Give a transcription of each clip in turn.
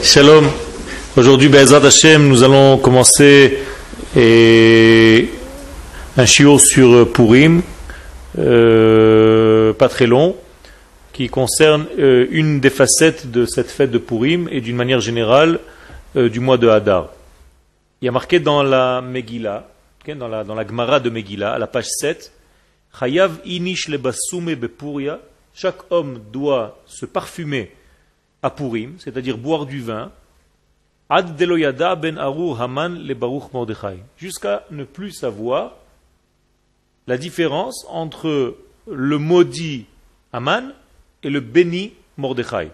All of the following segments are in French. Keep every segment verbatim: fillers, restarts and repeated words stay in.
Shalom. Aujourd'hui, Be'ezrat Hashem, nous allons commencer et, un shiur sur Purim, euh, pas très long, qui concerne euh, une des facettes de cette fête de Purim et d'une manière générale euh, du mois de Hadar. Il y a marqué dans la Megillah, okay, dans la, dans la Gemara de Megillah, à la page sept, Chayav inish lebasume bepuria, chaque homme doit se parfumer à Purim, c'est-à-dire boire du vin, ad deloyada ben arur haman le baruch Mordechai, jusqu'à ne plus savoir la différence entre le maudit Haman et le béni Mordechai.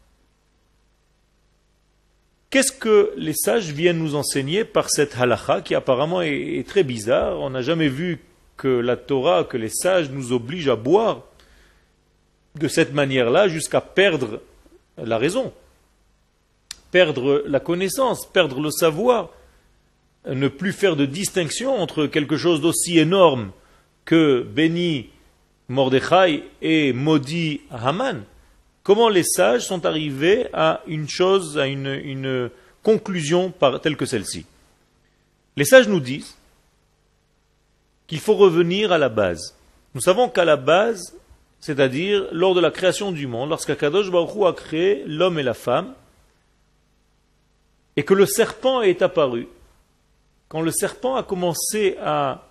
Qu'est-ce que les sages viennent nous enseigner par cette halakha qui apparemment est, est très bizarre? On n'a jamais vu que la Torah, que les sages nous obligent à boire de cette manière-là jusqu'à perdre la raison, perdre la connaissance, perdre le savoir, ne plus faire de distinction entre quelque chose d'aussi énorme que béni Mordechai et maudit Haman. Comment les sages sont arrivés à une chose, à une, une conclusion par, telle que celle-ci? Les sages nous disent qu'il faut revenir à la base. Nous savons qu'à la base, c'est-à-dire lors de la création du monde, lorsqu'Akadosh Baruch Hu a créé l'homme et la femme, et que le serpent est apparu, quand le serpent a commencé à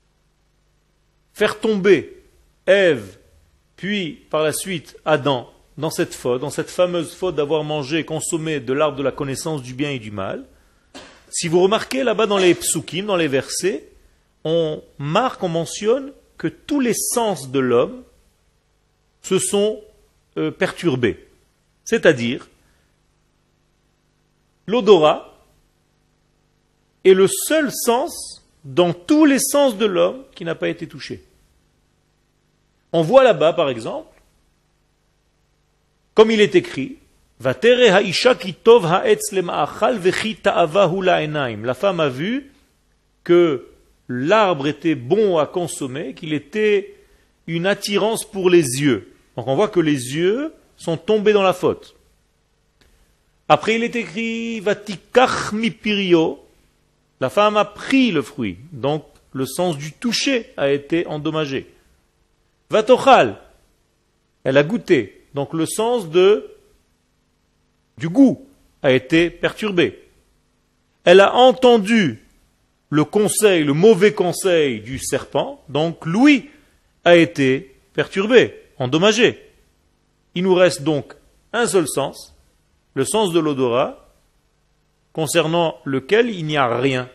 faire tomber Ève, puis par la suite Adam, dans cette faute, dans cette fameuse faute d'avoir mangé et consommé de l'arbre de la connaissance du bien et du mal, si vous remarquez là-bas dans les psukim, dans les versets, on marque, on mentionne que tous les sens de l'homme se sont euh, perturbés. C'est-à-dire, l'odorat est le seul sens dans tous les sens de l'homme qui n'a pas été touché. On voit là-bas, par exemple, comme il est écrit, la femme a vu que l'arbre était bon à consommer, qu'il était une attirance pour les yeux. Donc on voit que les yeux sont tombés dans la faute. Après il est écrit Vatikach mi pirio, la femme a pris le fruit, donc le sens du toucher a été endommagé. Vatochal, elle a goûté, donc le sens de du goût a été perturbé. Elle a entendu le conseil, le mauvais conseil du serpent, donc l'ouïe a été perturbé, endommagé. Il nous reste donc un seul sens, le sens de l'odorat, concernant lequel il n'y a rien.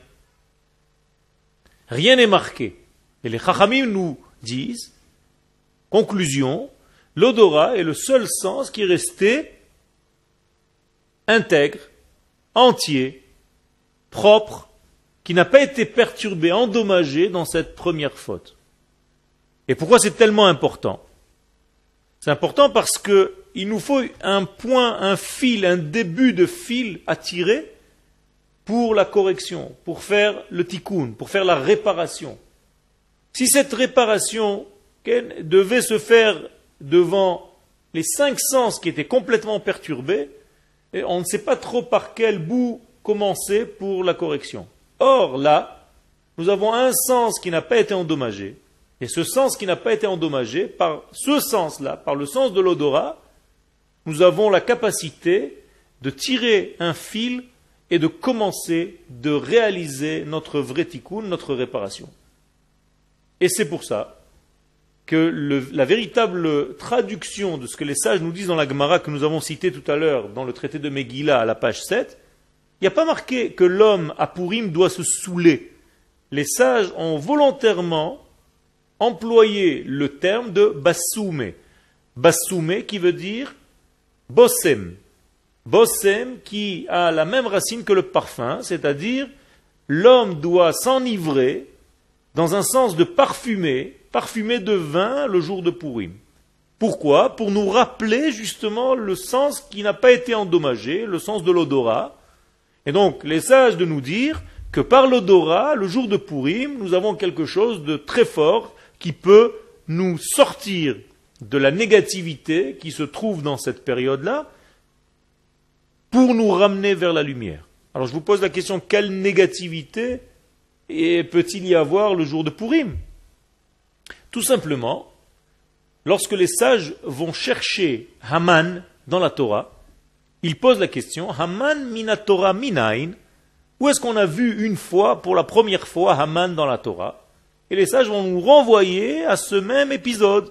Rien n'est marqué. Et les Chachamim nous disent, conclusion, l'odorat est le seul sens qui est resté intègre, entier, propre, qui n'a pas été perturbé, endommagé dans cette première faute. Et pourquoi c'est tellement important? C'est important parce que il nous faut un point, un fil, un début de fil à tirer pour la correction, pour faire le tikkun, pour faire la réparation. Si cette réparation devait se faire devant les cinq sens qui étaient complètement perturbés, on ne sait pas trop par quel bout commencer pour la correction. Or là, nous avons un sens qui n'a pas été endommagé, et ce sens qui n'a pas été endommagé, par ce sens-là, par le sens de l'odorat, nous avons la capacité de tirer un fil et de commencer de réaliser notre vrai tikkun, notre réparation. Et c'est pour ça que le, la véritable traduction de ce que les sages nous disent dans la Gemara que nous avons cité tout à l'heure dans le traité de Megillah à la page sept, il n'y a pas marqué que l'homme à Purim doit se saouler. Les sages ont volontairement employé le terme de bassoumé. Bassoumé qui veut dire bossem. Bossem qui a la même racine que le parfum, c'est-à-dire l'homme doit s'enivrer dans un sens de parfumer, parfumer de vin le jour de Purim. Pourquoi? Pour nous rappeler justement le sens qui n'a pas été endommagé, le sens de l'odorat. Et donc, les sages de nous dire que par l'odorat, le jour de Purim, nous avons quelque chose de très fort qui peut nous sortir de la négativité qui se trouve dans cette période-là pour nous ramener vers la lumière. Alors je vous pose la question, quelle négativité peut-il y avoir le jour de Purim? Tout simplement, lorsque les sages vont chercher Haman dans la Torah, ils posent la question, Haman mina Torah minain, où est-ce qu'on a vu une fois, pour la première fois, Haman dans la Torah? Et les sages vont nous renvoyer à ce même épisode.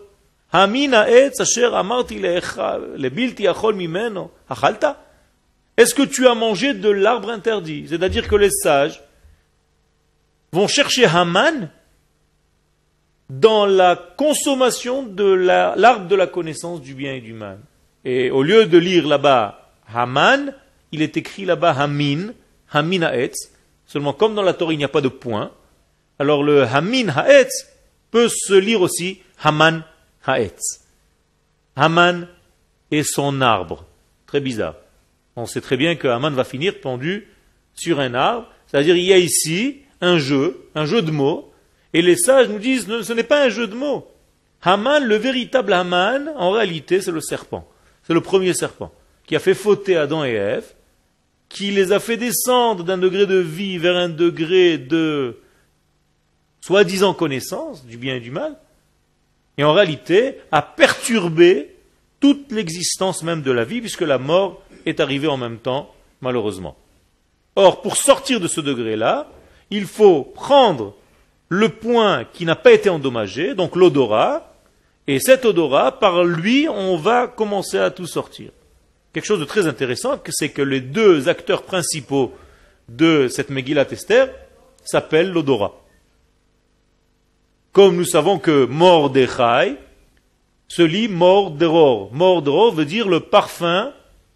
Est-ce que tu as mangé de l'arbre interdit? C'est-à-dire que les sages vont chercher Haman dans la consommation de la, l'arbre de la connaissance du bien et du mal. Et au lieu de lire là-bas Haman, il est écrit là-bas Hamin, Hamin Haetz. Seulement comme dans la Torah il n'y a pas de point, alors le Hamin Haetz peut se lire aussi Haman Haetz. Haman est son arbre. Très bizarre. On sait très bien que Haman va finir pendu sur un arbre. C'est-à-dire il y a ici un jeu, un jeu de mots. Et les sages nous disent, ce n'est pas un jeu de mots. Haman, le véritable Haman, en réalité, c'est le serpent. C'est le premier serpent qui a fait fauter Adam et Ève, qui les a fait descendre d'un degré de vie vers un degré de soi-disant connaissance du bien et du mal, et en réalité a perturbé toute l'existence même de la vie, puisque la mort est arrivée en même temps, malheureusement. Or, pour sortir de ce degré-là, il faut prendre le point qui n'a pas été endommagé, donc l'odorat, et cet odorat, par lui, on va commencer à tout sortir. Quelque chose de très intéressant, c'est que les deux acteurs principaux de cette Megillat Esther s'appellent l'odorat. Comme nous savons que Mordechai se lit Morderor. Morderor veut dire le parfum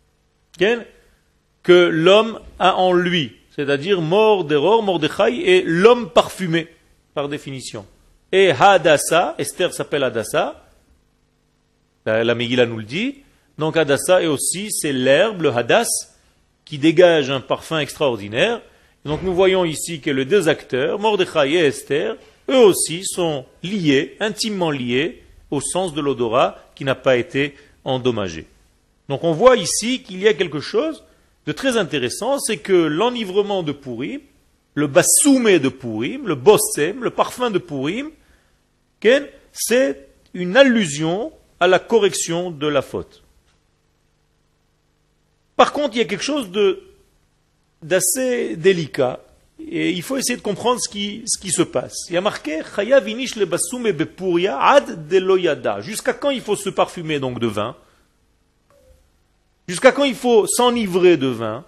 que l'homme a en lui. C'est-à-dire Morderor, Mordechai est l'homme parfumé, par définition. Et Hadassah, Esther s'appelle Hadassah, la, la Megillah nous le dit, donc Hadassah est aussi, c'est l'herbe, le Hadass, qui dégage un parfum extraordinaire. Donc nous voyons ici que les deux acteurs, Mordechai et Esther, eux aussi sont liés, intimement liés, au sens de l'odorat qui n'a pas été endommagé. Donc on voit ici qu'il y a quelque chose de très intéressant, c'est que l'enivrement de Purim, le bassoumé de Purim, le bossem, le parfum de Purim, c'est une allusion à la correction de la faute. Par contre, il y a quelque chose de, d'assez délicat, et il faut essayer de comprendre ce qui, ce qui se passe. Il y a marqué Chaya vinish le bassoumé bepuria ad deloyada. Jusqu'à quand il faut se parfumer donc de vin? Jusqu'à quand il faut s'enivrer de vin?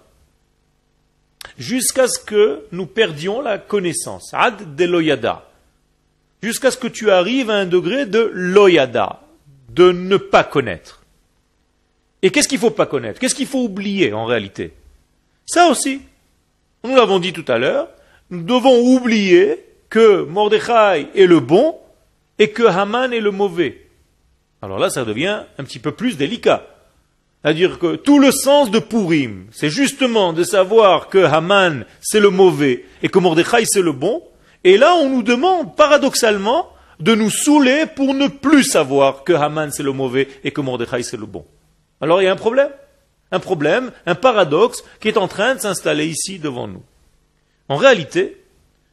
Jusqu'à ce que nous perdions la connaissance. Ad de loyada. Jusqu'à ce que tu arrives à un degré de loyada, de ne pas connaître. Et qu'est-ce qu'il ne faut pas connaître? Qu'est-ce qu'il faut oublier en réalité? Ça aussi. Nous l'avons dit tout à l'heure, nous devons oublier que Mordechai est le bon et que Haman est le mauvais. Alors là, ça devient un petit peu plus délicat. C'est-à-dire que tout le sens de Purim, c'est justement de savoir que Haman c'est le mauvais et que Mordechai c'est le bon. Et là, on nous demande paradoxalement de nous saouler pour ne plus savoir que Haman c'est le mauvais et que Mordechai c'est le bon. Alors il y a un problème. Un problème, un paradoxe qui est en train de s'installer ici devant nous. En réalité,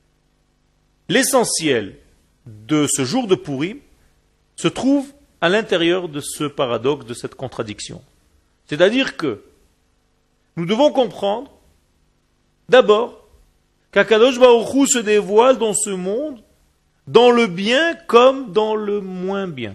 l'essentiel de ce jour de Purim se trouve à l'intérieur de ce paradoxe, de cette contradiction. C'est-à-dire que nous devons comprendre d'abord qu'Akadosh Baruch Hu se dévoile dans ce monde, dans le bien comme dans le moins bien.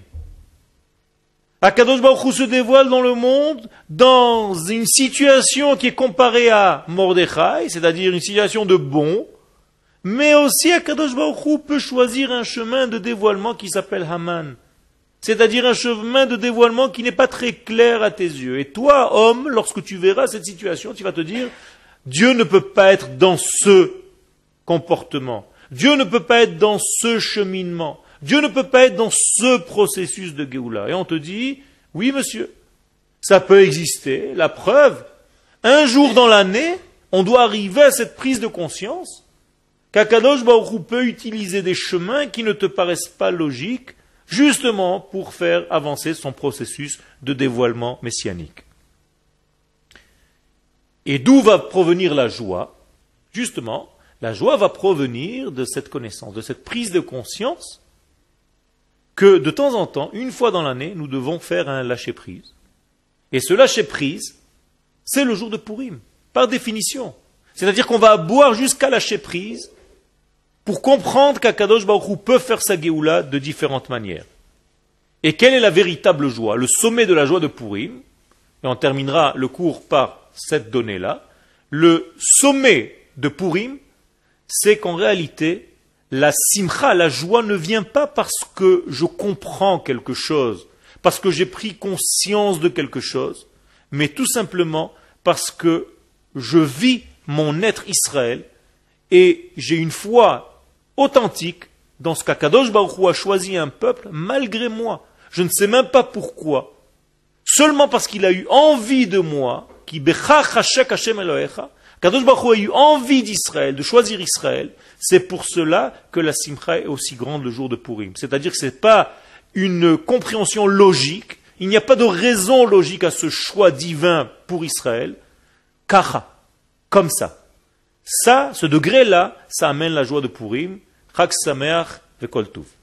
Akadosh Baruch Hu se dévoile dans le monde dans une situation qui est comparée à Mordechai, c'est-à-dire une situation de bon, mais aussi Akadosh Baruch Hu peut choisir un chemin de dévoilement qui s'appelle Haman. C'est-à-dire un chemin de dévoilement qui n'est pas très clair à tes yeux. Et toi, homme, lorsque tu verras cette situation, tu vas te dire, Dieu ne peut pas être dans ce comportement. Dieu ne peut pas être dans ce cheminement. Dieu ne peut pas être dans ce processus de Géoula. Et on te dit, oui monsieur, ça peut exister. La preuve, un jour dans l'année, on doit arriver à cette prise de conscience qu'Akadosh Baruch Hu peut utiliser des chemins qui ne te paraissent pas logiques, justement pour faire avancer son processus de dévoilement messianique. Et d'où va provenir la joie? Justement, la joie va provenir de cette connaissance, de cette prise de conscience que de temps en temps, une fois dans l'année, nous devons faire un lâcher-prise. Et ce lâcher-prise, c'est le jour de Purim, par définition. C'est-à-dire qu'on va boire jusqu'à lâcher-prise pour comprendre qu'Akadosh Baruch Hu peut faire sa Géoula de différentes manières. Et quelle est la véritable joie? Le sommet de la joie de Purim, et on terminera le cours par cette donnée-là, le sommet de Purim, c'est qu'en réalité, la simcha, la joie ne vient pas parce que je comprends quelque chose, parce que j'ai pris conscience de quelque chose, mais tout simplement parce que je vis mon être Israël et j'ai une foi authentique dans ce qu'Akadosh Baruch Hu a choisi un peuple malgré moi. Je ne sais même pas pourquoi. Seulement parce qu'il a eu envie de moi, qui bechach hashek Hashem Elohecha, Kadosh Baruch Hu a eu envie d'Israël, de choisir Israël. C'est pour cela que la simcha est aussi grande le jour de Purim. C'est-à-dire que ce n'est pas une compréhension logique, il n'y a pas de raison logique à ce choix divin pour Israël. Kacha, comme ça. Ça, ce degré-là, ça amène la joie de Purim. Chag Sameach vekol Tuv.